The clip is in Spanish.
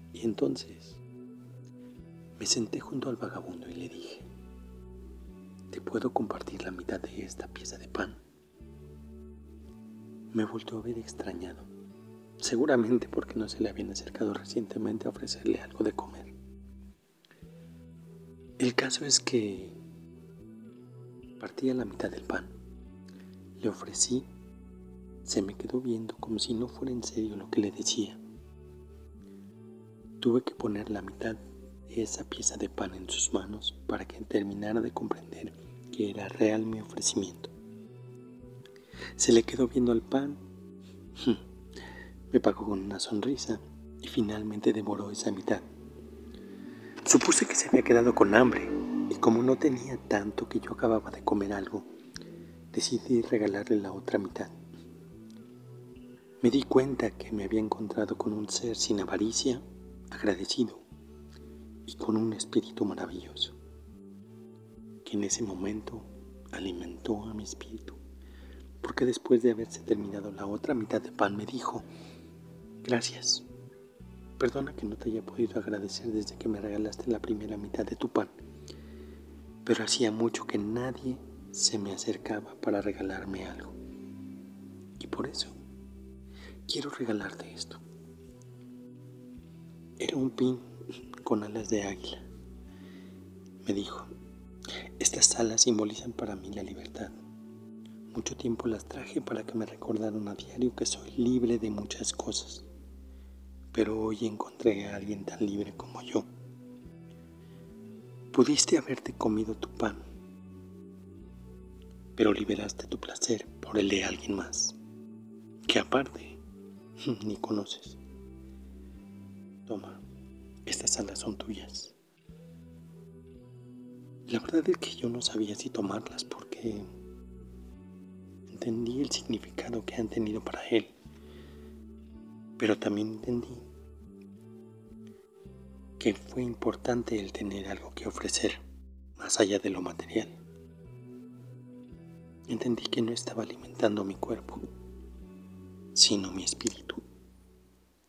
Y entonces me senté junto al vagabundo y le dije: ¿te puedo compartir la mitad de esta pieza de pan? Me volteó a ver extrañado, seguramente porque no se le habían acercado recientemente a ofrecerle algo de comer. El caso es que partía la mitad del pan. Le ofrecí, se me quedó viendo como si no fuera en serio lo que le decía. Tuve que poner la mitad de esa pieza de pan en sus manos para que terminara de comprender que era real mi ofrecimiento. Se le quedó viendo al pan, me pagó con una sonrisa y finalmente devoró esa mitad. Supuse que se había quedado con hambre y como no tenía tanto que yo acababa de comer algo, decidí regalarle la otra mitad. Me di cuenta que me había encontrado con un ser sin avaricia, agradecido y con un espíritu maravilloso, que en ese momento alimentó a mi espíritu, porque después de haberse terminado la otra mitad de pan me dijo: gracias, perdona que no te haya podido agradecer desde que me regalaste la primera mitad de tu pan, pero hacía mucho que nadie se me acercaba para regalarme algo, y por eso quiero regalarte esto. Era un pin con alas de águila. Me dijo: estas alas simbolizan para mí la libertad. Mucho tiempo las traje para que me recordaran a diario que soy libre de muchas cosas. Pero hoy encontré a alguien tan libre como yo. Pudiste haberte comido tu pan, pero liberaste tu placer por el de alguien más, que aparte ni conoces. Toma, estas alas son tuyas. La verdad es que yo no sabía si tomarlas porque entendí el significado que han tenido para él, pero también entendí que fue importante el tener algo que ofrecer, más allá de lo material. Entendí que no estaba alimentando mi cuerpo, sino mi espíritu.